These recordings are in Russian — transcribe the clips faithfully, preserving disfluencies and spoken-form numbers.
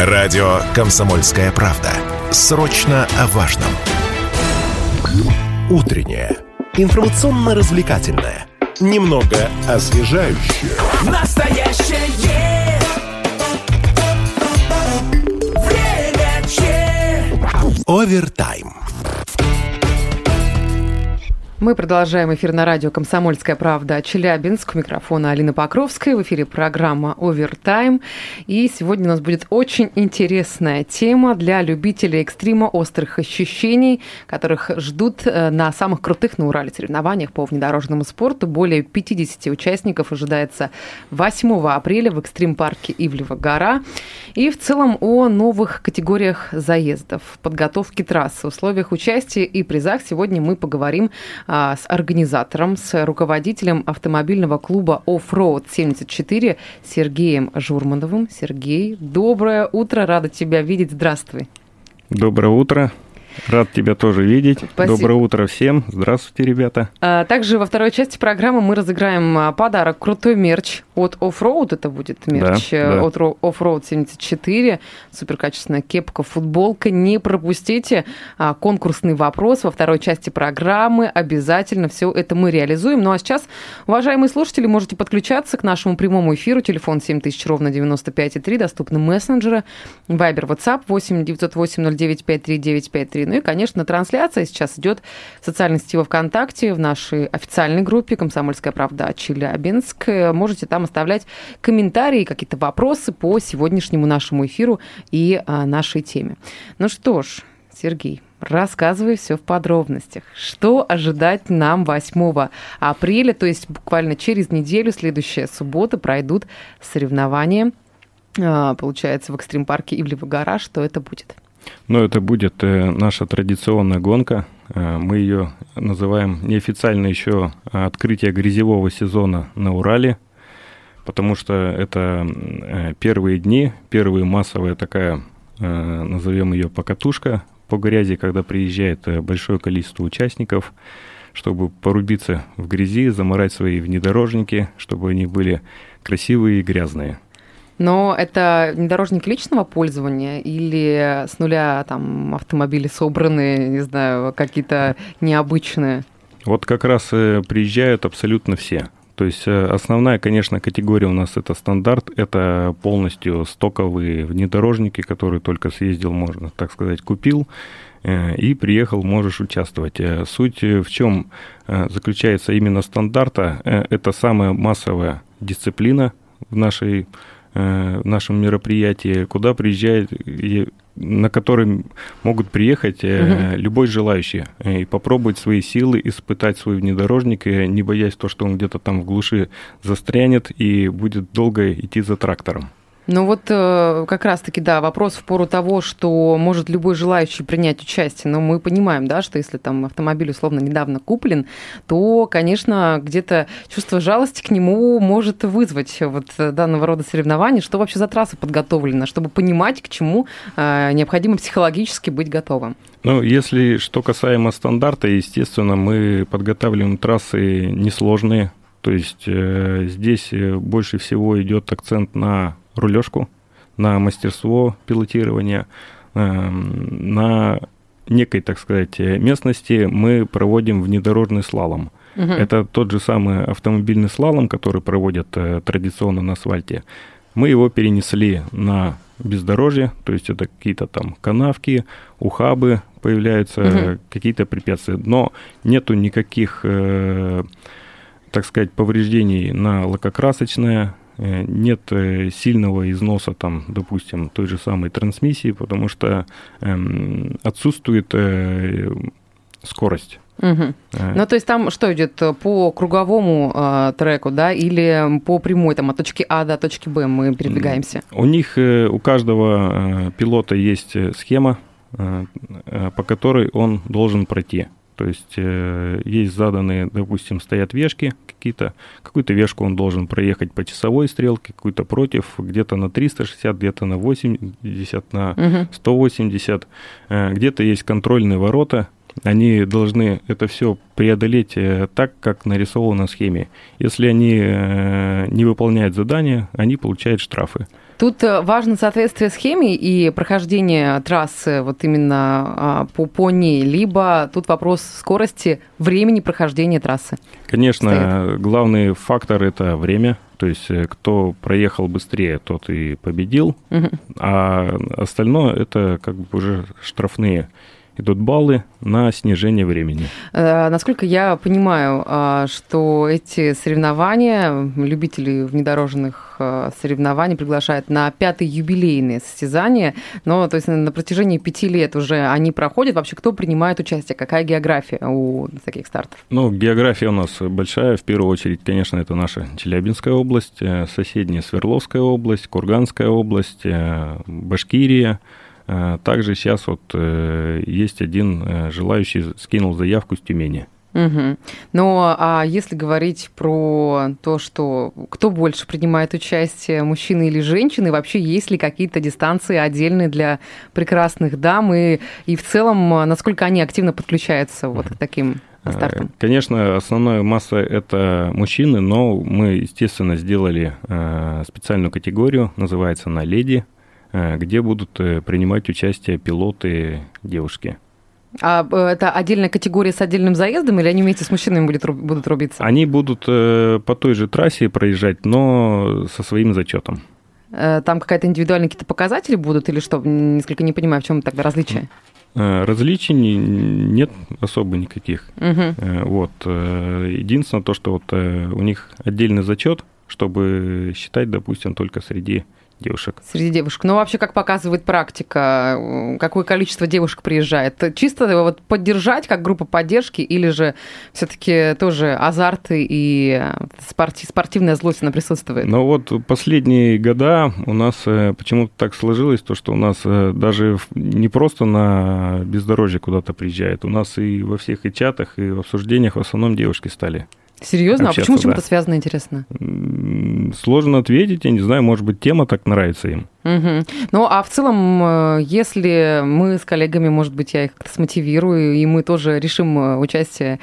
Радио «Комсомольская правда». Срочно о важном. Утреннее. Информационно-развлекательное. Немного освежающее. Настоящее. Время Че. Овертайм. Мы продолжаем эфир на радио «Комсомольская правда» Челябинск. У микрофона Алина Покровская. В эфире программа «Овертайм». И сегодня у нас будет очень интересная тема для любителей экстрима, острых ощущений, которых ждут на самых крутых на Урале соревнованиях по внедорожному спорту. Более пятьдесят участников ожидается восьмого апреля в экстрим-парке Ивлева гора. И в целом о новых категориях заездов, подготовке трассы, условиях участия и призах сегодня мы поговорим с организатором, с руководителем автомобильного клуба «Оффроуд семьдесят четыре» Сергеем Журмановым. Сергей, доброе утро, рада тебя видеть, здравствуй. Доброе утро. Рад тебя тоже видеть. Спасибо. Доброе утро всем. Здравствуйте, ребята. А, также во второй части программы мы разыграем подарок, крутой мерч от Оффроуд. Это будет мерч да, от да. Оффроуд семьдесят четыре. Суперкачественная кепка, футболка. Не пропустите а, конкурсный вопрос во второй части программы. Обязательно все это мы реализуем. Ну а сейчас, уважаемые слушатели, можете подключаться к нашему прямому эфиру. Телефон семь тысяч ровно девяносто пять и три. Доступны мессенджеры. Вайбер, WhatsApp восемь девятьсот восемь ноль девять пять три девять пять три. Ну и, конечно, трансляция сейчас идет в социальной сети во ВКонтакте, в нашей официальной группе «Комсомольская правда» Челябинск. Можете там оставлять комментарии, какие-то вопросы по сегодняшнему нашему эфиру и а, нашей теме. Ну что ж, Сергей, рассказывай все в подробностях. Что ожидать нам восьмого апреля, то есть буквально через неделю, следующая суббота, пройдут соревнования, а, получается, в экстрим-парке Ивлева гора. Что это будет? Ну, это будет э, наша традиционная гонка. Э, мы ее называем неофициально еще открытие грязевого сезона на Урале, потому что это э, первые дни, первая массовая такая, э, назовем ее покатушка по грязи, когда приезжает большое количество участников, чтобы порубиться в грязи, заморать свои внедорожники, чтобы они были красивые и грязные. Но это внедорожники личного пользования или с нуля там автомобили собраны, не знаю, какие-то необычные? Вот как раз приезжают абсолютно все. То есть основная, конечно, категория у нас это стандарт, это полностью стоковые внедорожники, которые только съездил, можно так сказать, купил и приехал, можешь участвовать. Суть в чем заключается именно стандарта, это самая массовая дисциплина в нашей в нашем мероприятии, куда приезжает, на который могут приехать uh-huh. любой желающий и попробовать свои силы, испытать свой внедорожник, не боясь то, что он где-то там в глуши застрянет и будет долго идти за трактором. Ну вот как раз-таки, да, вопрос в пору того, что может любой желающий принять участие, но мы понимаем, да, что если там автомобиль условно недавно куплен, то, конечно, где-то чувство жалости к нему может вызвать вот данного рода соревнования. Что вообще за трасса подготовлена, чтобы понимать, к чему необходимо психологически быть готовым? Ну, если что касаемо стандарта, естественно, мы подготавливаем трассы несложные, то есть э, здесь больше всего идет акцент на рулежку, на мастерство пилотирования, на некой, так сказать, местности мы проводим внедорожный слалом. Угу. Это тот же самый автомобильный слалом, который проводят традиционно на асфальте. Мы его перенесли на бездорожье, то есть это какие-то там канавки, ухабы появляются, угу. какие-то препятствия, но нету никаких, так сказать, повреждений на лакокрасочное, нет сильного износа, там, допустим, той же самой трансмиссии, потому что эм, отсутствует э, скорость. Угу. Э. Ну, то есть там что идет по круговому э, треку, да, или по прямой, там, от точки А до точки Б мы передвигаемся? У них, э, у каждого э, пилота есть схема, э, э, по которой он должен пройти. То есть э, есть заданные, допустим, стоят вешки какие-то, какую-то вешку он должен проехать по часовой стрелке, какую-то против, где-то на триста шестьдесят, где-то на восемьдесят, на сто восемьдесят, э, где-то есть контрольные ворота, они должны это все преодолеть э, так, как нарисовано на схеме. Если они э, не выполняют задания, они получают штрафы. Тут важно соответствие схеме и прохождение трассы вот именно по, по ней, либо тут вопрос скорости, времени прохождения трассы. Конечно, стоит. Главный фактор – это время. То есть кто проехал быстрее, тот и победил, угу. а остальное – это как бы уже штрафные. Идут баллы на снижение времени. Насколько я понимаю, что эти соревнования, любители внедорожных соревнований приглашают на пятые юбилейные состязания, но то есть на протяжении пяти лет уже они проходят. Вообще, кто принимает участие? Какая география у таких стартов? Ну, география у нас большая. В первую очередь, конечно, это наша Челябинская область, соседняя Свердловская область, Курганская область, Башкирия. Также сейчас вот э, есть один э, желающий, скинул заявку с Тюмени. Угу. Но а если говорить про то, что кто больше принимает участие, мужчины или женщины, вообще есть ли какие-то дистанции отдельные для прекрасных дам, и, и в целом, насколько они активно подключаются вот к таким стартам? Конечно, основная масса – это мужчины, но мы, естественно, сделали специальную категорию, называется она «Леди», где будут принимать участие пилоты девушки. А это отдельная категория с отдельным заездом, или они вместе с мужчинами будут, будут рубиться? Они будут по той же трассе проезжать, но со своим зачетом. Там какая-то индивидуальные какие-то показатели будут, или что? Несколько не понимаю, в чем тогда различие? Различий нет особо никаких. Угу. Вот. Единственное то, что вот у них отдельный зачет, чтобы считать, допустим, только среди девушек. Среди девушек. Но вообще, как показывает практика, какое количество девушек приезжает? Чисто вот поддержать, как группа поддержки, или же все-таки тоже азарты и спорти- спортивная злость, она присутствует? Ну вот последние года у нас почему-то так сложилось, то, что у нас даже не просто на бездорожье куда-то приезжают, у нас и во всех и чатах, и в обсуждениях в основном девушки стали. Серьезно? Общаться, а почему с чем да. это связано, интересно? Сложно ответить, я не знаю, может быть, тема так нравится им. Угу. Ну, а в целом, если мы с коллегами, может быть, я их как-то смотивирую, и мы тоже решим участие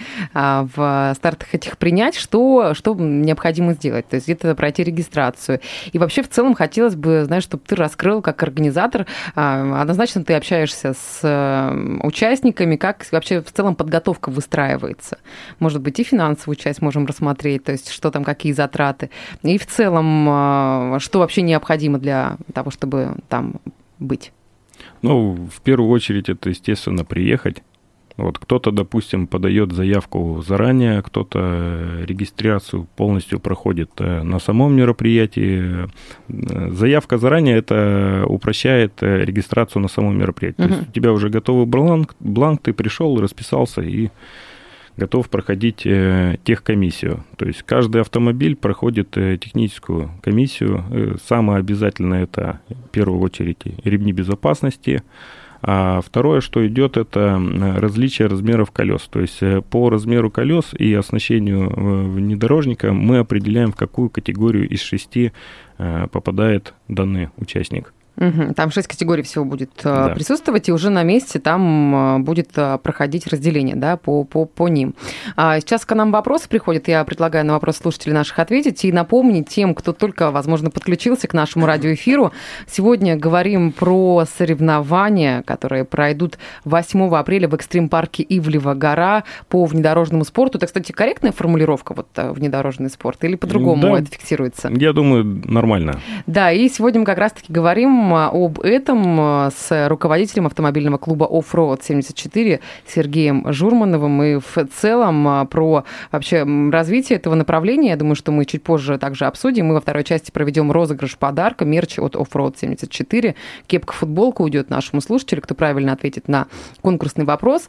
в стартах этих принять, что, что необходимо сделать? То есть где-то пройти регистрацию. И вообще, в целом, хотелось бы, знаешь, чтобы ты раскрыл как организатор. Однозначно ты общаешься с участниками, как вообще в целом подготовка выстраивается. Может быть, и финансовую часть можем рассмотреть, то есть что там, какие затраты. И в целом, что вообще необходимо для того, чтобы там быть? Ну, в первую очередь, это, естественно, приехать. Вот кто-то, допустим, подает заявку заранее, кто-то регистрацию полностью проходит на самом мероприятии. Заявка заранее – это упрощает регистрацию на самом мероприятии. Uh-huh. То есть у тебя уже готовый бланк, бланк, ты пришел, расписался и готов проходить э, техкомиссию. То есть каждый автомобиль проходит э, техническую комиссию. Э, самое обязательное – это, в первую очередь, ремни безопасности. А второе, что идет, это различие размеров колес. То есть э, по размеру колес и оснащению э, внедорожника мы определяем, в какую категорию из шести э, попадает данный участник. Угу. Там шесть категорий всего будет да. присутствовать, и уже на месте там будет проходить разделение, да, по, по, по ним. А сейчас к нам вопросы приходят, я предлагаю на вопросы слушателей наших ответить и напомнить тем, кто только, возможно, подключился к нашему радиоэфиру. Сегодня говорим про соревнования, которые пройдут восьмого апреля в экстрим-парке Ивлева гора по внедорожному спорту. Это, кстати, корректная формулировка, вот внедорожный спорт, или по-другому да, это фиксируется? Я думаю, нормально. Да, и сегодня мы как раз-таки говорим об этом с руководителем автомобильного клуба Offroad семьдесят четыре Сергеем Журмановым. И в целом про вообще развитие этого направления, я думаю, что мы чуть позже также обсудим. Мы во второй части проведем розыгрыш подарка, мерч от Offroad семьдесят четыре. Кепка-футболка уйдет нашему слушателю, кто правильно ответит на конкурсный вопрос.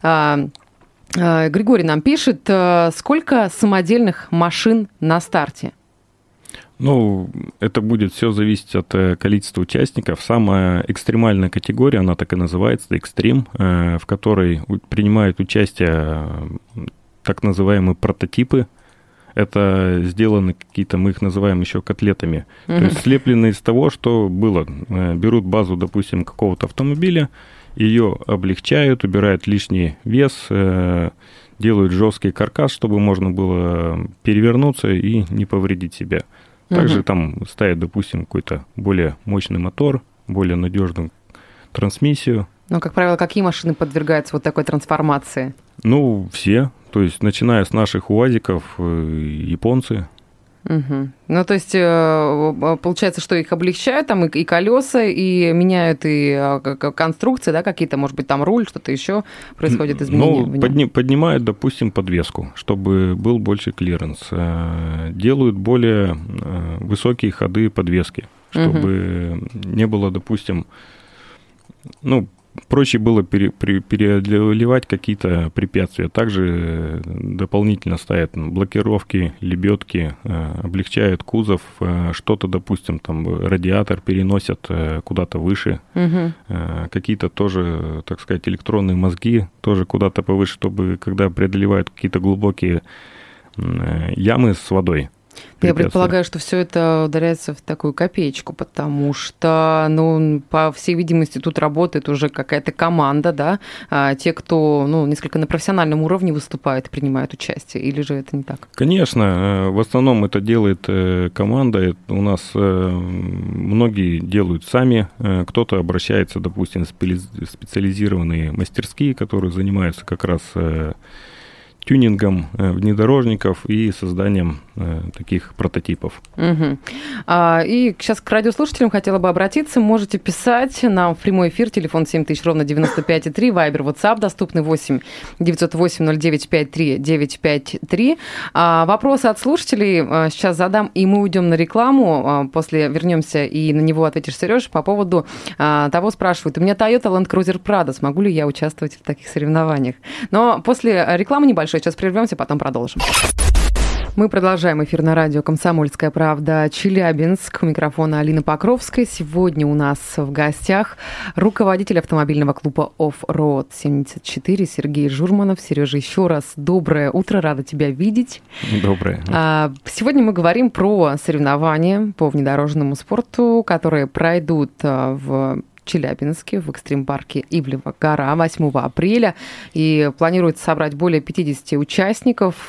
Григорий нам пишет, сколько самодельных машин на старте? Ну, это будет все зависеть от количества участников. Самая экстремальная категория, она так и называется, экстрим, в которой принимают участие так называемые прототипы. Это сделаны какие-то, мы их называем еще котлетами. Mm-hmm. То есть слеплены из того, что было. Берут базу, допустим, какого-то автомобиля, ее облегчают, убирают лишний вес, делают жесткий каркас, чтобы можно было перевернуться и не повредить себя. Также угу. там ставят, допустим, какой-то более мощный мотор, более надежную трансмиссию. Ну, как правило, какие машины подвергаются вот такой трансформации? Ну, все. То есть, начиная с наших УАЗиков, японцы. Угу. Ну, то есть, получается, что их облегчают, там и колеса, и меняют и конструкции, да, какие-то, может быть, там руль, что-то еще происходит, изменения? Ну, подни- поднимают, допустим, подвеску, чтобы был больше клиренс. Делают более высокие ходы подвески, чтобы угу. не было, допустим, ну, проще было пере, пере, преодолевать какие-то препятствия. Также дополнительно ставят блокировки, лебедки, облегчают кузов, что-то, допустим, там радиатор переносят куда-то выше. Угу. Какие-то тоже, так сказать, электронные мозги тоже куда-то повыше, чтобы когда преодолевают какие-то глубокие ямы с водой. Я предполагаю, что все это ударяется в такую копеечку, потому что, ну, по всей видимости, тут работает уже какая-то команда, да, а те, кто, ну, несколько на профессиональном уровне выступают и принимают участие, или же это не так? Конечно, в основном это делает команда, у нас многие делают сами, кто-то обращается, допустим, в специализированные мастерские, которые занимаются как раз тюнингом внедорожников и созданием э, таких прототипов. Угу. А, и сейчас к радиослушателям хотела бы обратиться. Можете писать нам в прямой эфир, телефон семь тысяч ровно девяносто пять и три, вайбер, ватсап, доступный восемь девятьсот восемь ноль девять пять три девять пять три. А, вопросы от слушателей а, сейчас задам, и мы уйдем на рекламу. А, после вернемся, и на него ответишь, Сереж, по поводу а, того спрашивают. У меня Toyota Land Cruiser Prado, смогу ли я участвовать в таких соревнованиях? Но после рекламы небольшой. Сейчас прервемся, потом продолжим. Мы продолжаем эфир на радио «Комсомольская правда» Челябинск. У микрофона Алина Покровская. Сегодня у нас в гостях руководитель автомобильного клуба «Оффроуд семьдесят четыре» Сергей Журманов. Сережа, еще раз доброе утро, рада тебя видеть. Доброе. Сегодня мы говорим про соревнования по внедорожному спорту, которые пройдут в Челябинске, в экстрим-парке Ивлева гора восьмого апреля. И планируется собрать более пятьдесят участников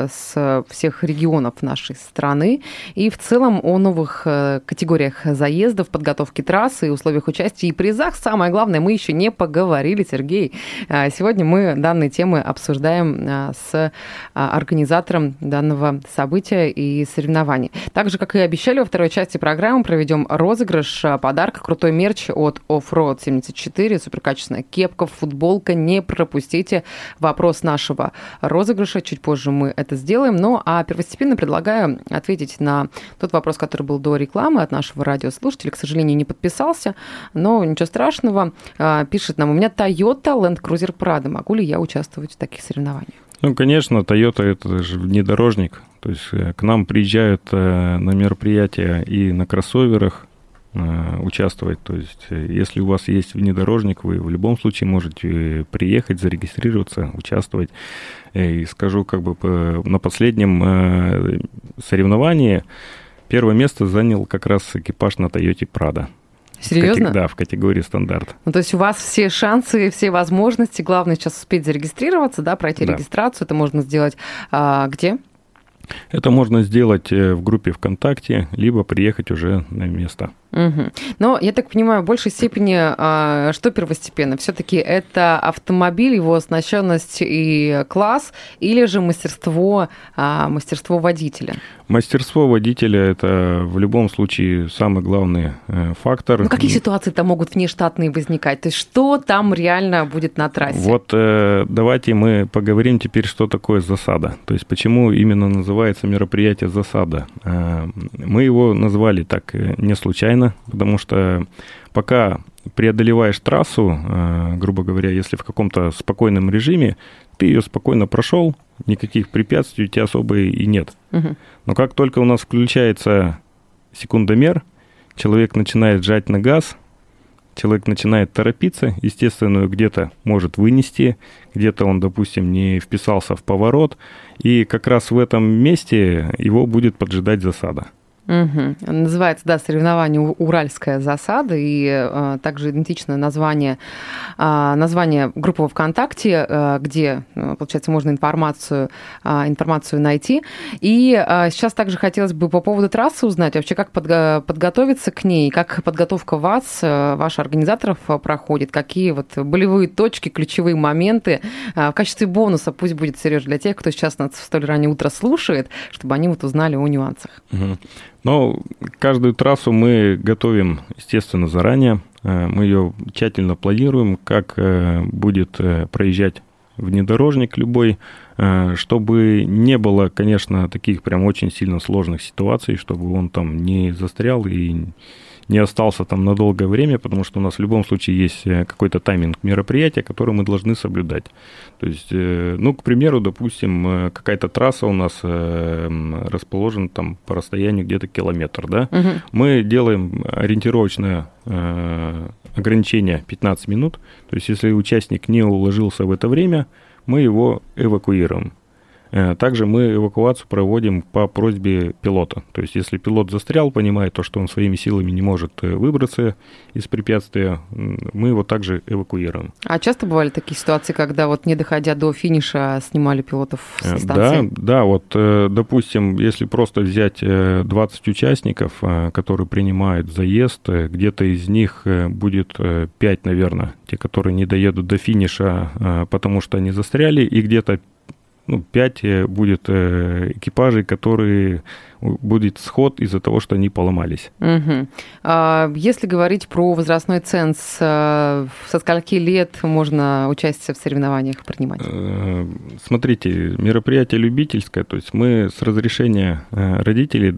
с всех регионов нашей страны. И в целом о новых категориях заездов, подготовке трассы, условиях участия и призах. Самое главное, мы еще не поговорили, Сергей. Сегодня мы данные темы обсуждаем с организатором данного события и соревнований. Так же, как и обещали, во второй части программы проведем розыгрыш подарка, крутой мерч от Оффроуд семьдесят четыре, суперкачественная кепка, футболка. Не пропустите вопрос нашего розыгрыша. Чуть позже мы это сделаем. Ну, а первостепенно предлагаю ответить на тот вопрос, который был до рекламы от нашего радиослушателя. К сожалению, не подписался, но ничего страшного. Пишет нам: у меня Toyota Land Cruiser Prado. Могу ли я участвовать в таких соревнованиях? Ну, конечно, Toyota – это же внедорожник. То есть к нам приезжают на мероприятия и на кроссоверах участвовать. То есть если у вас есть внедорожник, вы в любом случае можете приехать, зарегистрироваться, участвовать. И скажу, как бы на последнем соревновании первое место занял как раз экипаж на Toyota Prado. Серьезно? В, да, в категории стандарт. Ну, то есть у вас все шансы, все возможности. Главное сейчас успеть зарегистрироваться, да, пройти да. регистрацию. Это можно сделать а, где? Это можно сделать в группе ВКонтакте, либо приехать уже на место. Угу. Но, я так понимаю, в большей степени, а, что первостепенно? Все-таки это автомобиль, его оснащенность и класс, или же мастерство, а, мастерство водителя? Мастерство водителя – это в любом случае самый главный фактор. Ну, какие ситуации там могут внештатные возникать? То есть что там реально будет на трассе? Вот э, давайте мы поговорим теперь, что такое засада. То есть почему именно называется мероприятие «Засада». Э, мы его назвали так не случайно, потому что пока преодолеваешь трассу, э, грубо говоря, если в каком-то спокойном режиме, ты ее спокойно прошел, никаких препятствий у тебя особо и нет. Угу. Но как только у нас включается секундомер, человек начинает жать на газ, человек начинает торопиться, естественно, где-то может вынести, где-то он, допустим, не вписался в поворот, и как раз в этом месте его будет поджидать засада. Угу. Называется, да, соревнование «Уральская засада», и а, также идентичное название, а, название группы во ВКонтакте, а, где, получается, можно информацию, а, информацию найти. И а, сейчас также хотелось бы по поводу трассы узнать, вообще как подго- подготовиться к ней, как подготовка вас, ваших организаторов проходит, какие вот болевые точки, ключевые моменты. А, в качестве бонуса пусть будет, Сереж, для тех, кто сейчас нас в столь раннее утро слушает, чтобы они вот узнали о нюансах. Угу. Но каждую трассу мы готовим, естественно, заранее. Мы ее тщательно планируем, как будет проезжать внедорожник любой, чтобы не было, конечно, таких прям очень сильно сложных ситуаций, чтобы он там не застрял и не остался там на долгое время, потому что у нас в любом случае есть какой-то тайминг мероприятия, который мы должны соблюдать. То есть, ну, к примеру, допустим, какая-то трасса у нас расположена там по расстоянию где-то километр, да? Угу. Мы делаем ориентировочное ограничение пятнадцать минут, то есть если участник не уложился в это время, мы его эвакуируем. Также мы эвакуацию проводим по просьбе пилота. То есть, если пилот застрял, понимает то, что он своими силами не может выбраться из препятствия, мы его также эвакуируем. А часто бывали такие ситуации, когда вот не доходя до финиша снимали пилотов со станции? Да, да, вот, допустим, если просто взять двадцать участников, которые принимают заезд, где-то из них будет пять, наверное, те, которые не доедут до финиша, потому что они застряли, и где-то ну, пять будет экипажей, которые будет сход из-за того, что они поломались. Угу. А если говорить про возрастной ценз, со скольки лет можно участие в соревнованиях принимать? Смотрите, мероприятие любительское, то есть мы с разрешения родителей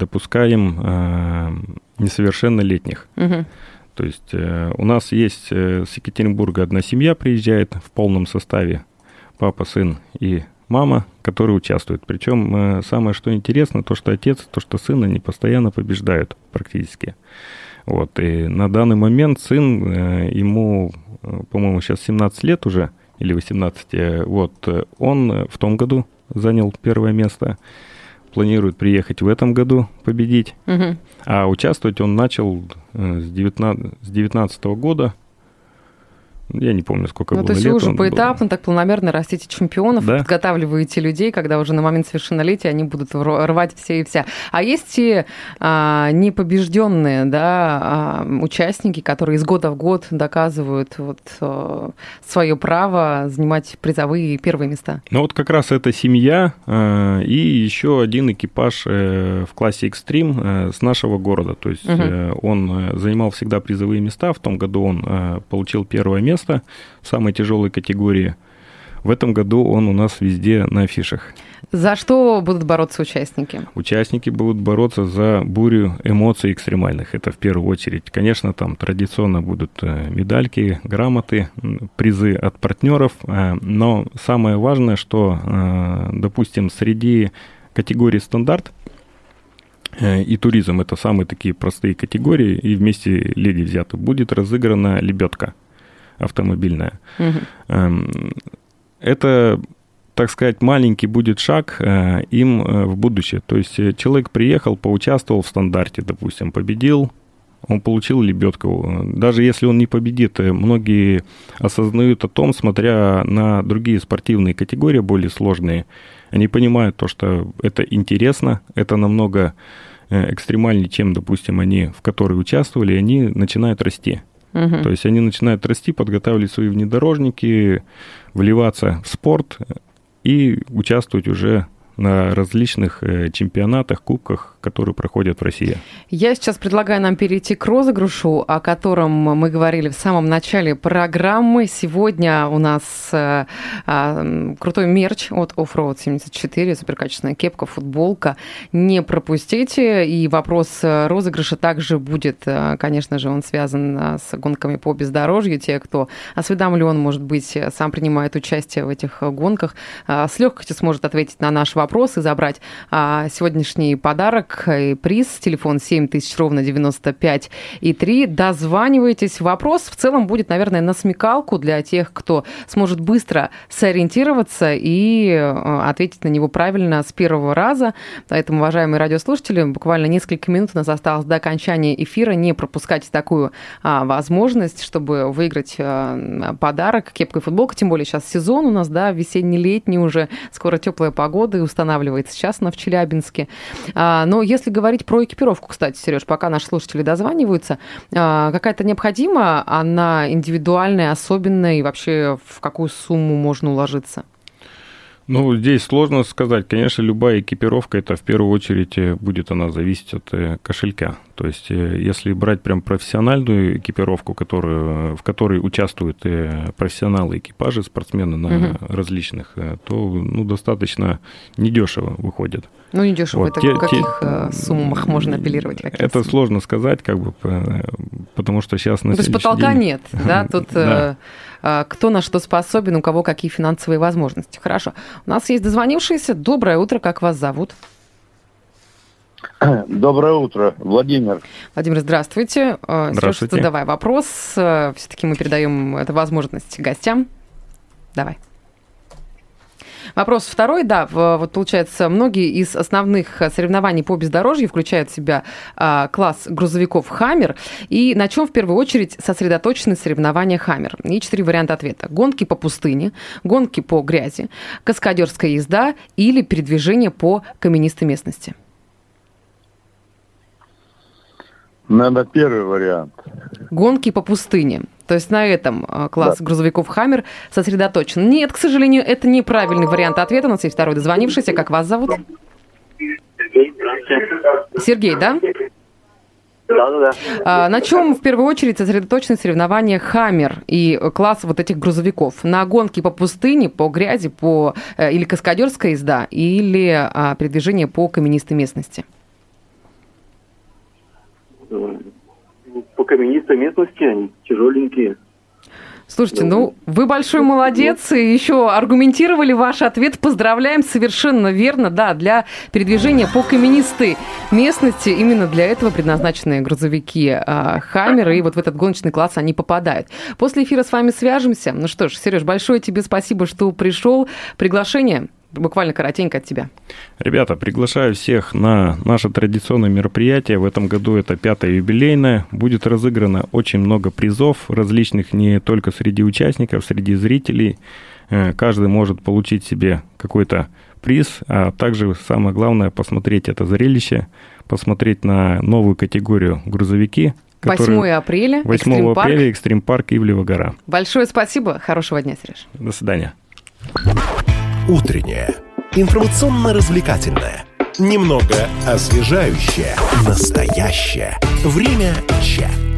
допускаем несовершеннолетних. Угу. То есть у нас есть с Екатеринбурга одна семья приезжает в полном составе, папа, сын и мама, которые участвуют. Причем самое, что интересно, то, что отец, то, что сын, они постоянно побеждают практически. Вот. И на данный момент сын, ему, по-моему, сейчас семнадцать лет уже, или восемнадцать, вот, он в том году занял первое место, планирует приехать в этом году победить, угу. А участвовать он начал с девятнадцатого года. Я не помню, сколько ну, было лет. То есть вы уже поэтапно, так планомерно растите чемпионов, да? Подготавливаете людей, когда уже на момент совершеннолетия они будут рвать все и вся. А есть те а, непобежденные, да, а, участники, которые из года в год доказывают вот, а, свое право занимать призовые первые места? Ну вот как раз эта семья а, и еще один экипаж а, в классе экстрим а, с нашего города. То есть угу. а, он занимал всегда призовые места. В том году он а, получил первое место в самой тяжелой категории. В этом году он у нас везде на афишах. За что будут бороться участники? Участники будут бороться за бурю эмоций экстремальных. Это в первую очередь. Конечно, там традиционно будут медальки, грамоты, призы от партнеров. Но самое важное, что, допустим, среди категорий стандарт и туризм, это самые такие простые категории, и вместе леди взяты, будет разыграна лебедка автомобильная. Угу. Это, так сказать, маленький будет шаг им в будущее. То есть человек приехал, поучаствовал в стандарте, допустим, победил, он получил лебедку. Даже если он не победит, многие осознают о том, смотря на другие спортивные категории, более сложные, они понимают то, что это интересно, это намного экстремальнее, чем, допустим, они, в которой участвовали, и они начинают расти. Угу. То есть они начинают расти, подготавливать свои внедорожники, вливаться в спорт и участвовать уже на различных чемпионатах, кубках, которые проходят в России. Я сейчас предлагаю нам перейти к розыгрышу, о котором мы говорили в самом начале программы. Сегодня у нас а, а, крутой мерч от Offroad семьдесят четыре, суперкачественная кепка, футболка. Не пропустите. И вопрос розыгрыша также будет, конечно же, он связан с гонками по бездорожью. Те, кто осведомлен, может быть, сам принимает участие в этих гонках, с легкостью сможет ответить на наш вопрос. вопрос и забрать а, сегодняшний подарок и приз. Телефон семь тысяч ровно девяносто пять и три. Дозванивайтесь. Вопрос в целом будет, наверное, на смекалку для тех, кто сможет быстро сориентироваться и а, ответить на него правильно с первого раза. Поэтому, уважаемые радиослушатели, буквально несколько минут у нас осталось до окончания эфира. Не пропускайте такую а, возможность, чтобы выиграть а, подарок, кепка и футболка. Тем более сейчас сезон у нас, да, весенне-летний уже. Скоро теплая погода и устанавливается сейчас она в Челябинске. А, но если говорить про экипировку, кстати, Сереж, пока наши слушатели дозваниваются, а, какая-то необходима, она индивидуальная, особенная, и вообще в какую сумму можно уложиться? Ну, здесь сложно сказать. Конечно, любая экипировка, это в первую очередь будет она зависеть от кошелька. То есть, если брать прям профессиональную экипировку, которую, в которой участвуют профессионалы экипажи, спортсмены на угу. различных, то ну, достаточно недешево выходит. Ну, недешево. Вот. Это те, в каких те... суммах можно апеллировать? Это суммы? Сложно сказать, как бы, потому что сейчас на ну, то есть потолка день... нет, да? Тут да. кто на что способен, у кого какие финансовые возможности. Хорошо. У нас есть дозвонившиеся. Доброе утро. Как вас зовут? Доброе утро, Владимир. Владимир, здравствуйте. Здравствуйте. Сереж, задавай вопрос. Все-таки мы передаем эту возможность гостям. Давай. Вопрос второй, да, вот получается, многие из основных соревнований по бездорожью включают в себя а, класс грузовиков «Хаммер». И на чем в первую очередь сосредоточены соревнования «Хаммер»? И четыре варианта ответа. Гонки по пустыне, гонки по грязи, каскадерская езда или передвижение по каменистой местности. Наверное, первый вариант. Гонки по пустыне. То есть на этом класс да. грузовиков «Хаммер» сосредоточен. Нет, к сожалению, это неправильный вариант ответа. У нас есть второй дозвонившийся. Как вас зовут? Сергей, здравствуйте. Сергей, да? Да, да, да. На чем в первую очередь сосредоточены соревнования «Хаммер» и класс вот этих грузовиков? На гонки по пустыне, по грязи, по или каскадерская езда, или передвижение по каменистой местности? По каменистой местности они тяжеленькие. Слушайте, ну, вы большой молодец, и еще аргументировали ваш ответ. Поздравляем, совершенно верно. Да, для передвижения по каменистой местности именно для этого предназначены грузовики «Хаммер», и вот в этот гоночный класс они попадают. После эфира с вами свяжемся. Ну что ж, Сереж, большое тебе спасибо, что пришел. Приглашение буквально коротенько от тебя. Ребята, приглашаю всех на наше традиционное мероприятие. В этом году это пятое юбилейное. Будет разыграно очень много призов различных, не только среди участников, среди зрителей. Каждый может получить себе какой-то приз, а также самое главное посмотреть это зрелище, посмотреть на новую категорию грузовики. восьмого апреля, восьмого апреля, Экстрим-парк Ивлеева гора. Большое спасибо, хорошего дня, Сереж. До свидания. Утреннее. Информационно-развлекательное. Немного освежающее. Настоящее. Время Че.